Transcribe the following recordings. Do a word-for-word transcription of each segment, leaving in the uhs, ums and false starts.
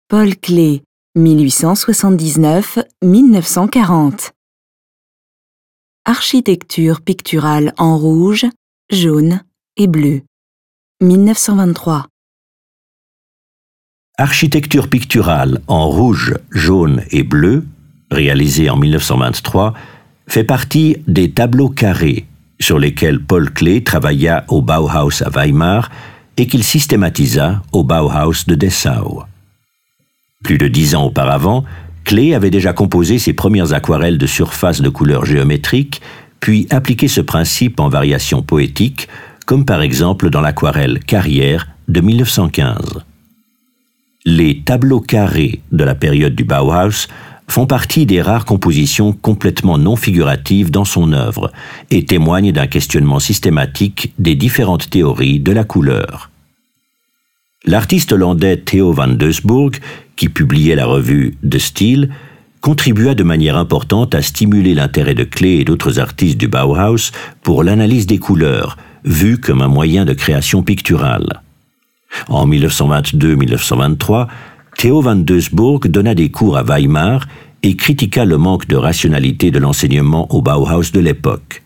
Paul Klee, mille huit cent soixante-dix-neuf à mille neuf cent quarante. Architecture picturale en rouge, jaune et bleu, mille neuf cent vingt-trois. Architecture picturale en rouge, jaune et bleu, réalisée en mille neuf cent vingt-trois, fait partie des tableaux carrés sur lesquels Paul Klee travailla au Bauhaus à Weimar et qu'il systématisa au Bauhaus de Dessau. Plus de dix ans auparavant, Klee avait déjà composé ses premières aquarelles de surface de couleurs géométriques, puis appliqué ce principe en variations poétiques, comme par exemple dans l'aquarelle Carrière de mille neuf cent quinze. Les tableaux carrés de la période du Bauhaus font partie des rares compositions complètement non figuratives dans son œuvre et témoignent d'un questionnement systématique des différentes théories de la couleur. L'artiste hollandais Theo van Doesburg, qui publiait la revue De Stijl, contribua de manière importante à stimuler l'intérêt de Klee et d'autres artistes du Bauhaus pour l'analyse des couleurs, vue comme un moyen de création picturale. En mille neuf cent vingt-deux à mille neuf cent vingt-trois, Theo van Doesburg donna des cours à Weimar et critiqua le manque de rationalité de l'enseignement au Bauhaus de l'époque.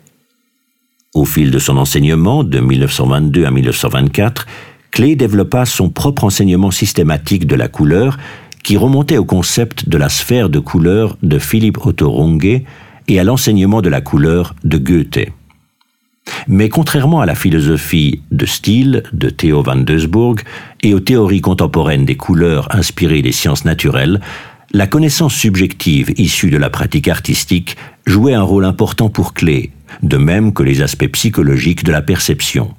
Au fil de son enseignement, de mille neuf cent vingt-deux à mille neuf cent vingt-quatre, Klee développa son propre enseignement systématique de la couleur qui remontait au concept de la sphère de couleur de Philipp Otto Runge et à l'enseignement de la couleur de Goethe. Mais contrairement à la philosophie de style de Theo van Doesburg et aux théories contemporaines des couleurs inspirées des sciences naturelles, la connaissance subjective issue de la pratique artistique jouait un rôle important pour Klee, de même que les aspects psychologiques de la perception.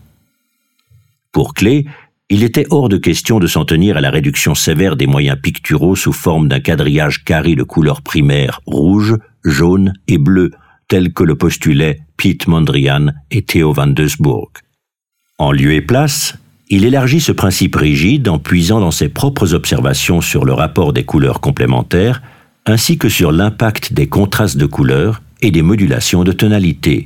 Pour Klee, il était hors de question de s'en tenir à la réduction sévère des moyens picturaux sous forme d'un quadrillage carré de couleurs primaires rouge, jaune et bleu, tel que le postulaient Piet Mondrian et Theo van Doesburg. En lieu et place, il élargit ce principe rigide en puisant dans ses propres observations sur le rapport des couleurs complémentaires, ainsi que sur l'impact des contrastes de couleurs et des modulations de tonalité.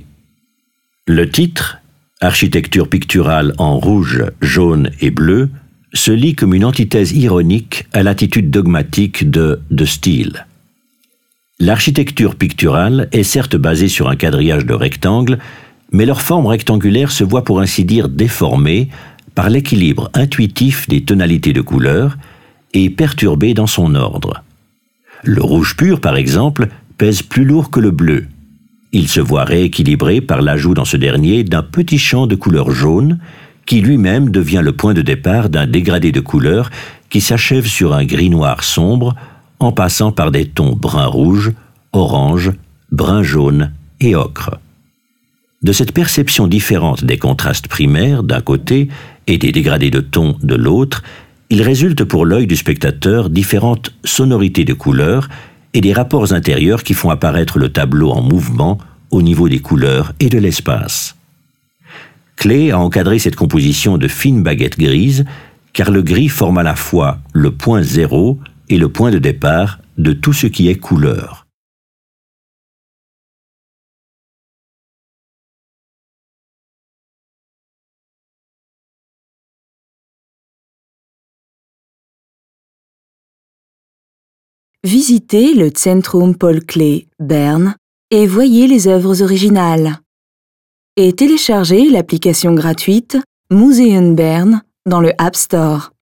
Le titre, Architecture picturale en rouge, jaune et bleu, se lit comme une antithèse ironique à l'attitude dogmatique de De Stijl. L'architecture picturale est certes basée sur un quadrillage de rectangles, mais leur forme rectangulaire se voit pour ainsi dire déformée par l'équilibre intuitif des tonalités de couleurs et perturbée dans son ordre. Le rouge pur, par exemple, pèse plus lourd que le bleu. Il se voit rééquilibré par l'ajout dans ce dernier d'un petit champ de couleur jaune qui lui-même devient le point de départ d'un dégradé de couleurs qui s'achève sur un gris-noir sombre en passant par des tons brun-rouge, orange, brun-jaune et ocre. De cette perception différente des contrastes primaires d'un côté et des dégradés de tons de l'autre, il résulte pour l'œil du spectateur différentes sonorités de couleurs et des rapports intérieurs qui font apparaître le tableau en mouvement au niveau des couleurs et de l'espace. Klee a encadré cette composition de fines baguettes grises, car le gris forme à la fois le point zéro et le point de départ de tout ce qui est couleur. Visitez le Zentrum Paul Klee, Berne, et voyez les œuvres originales. Et téléchargez l'application gratuite Museum Bern dans le App Store.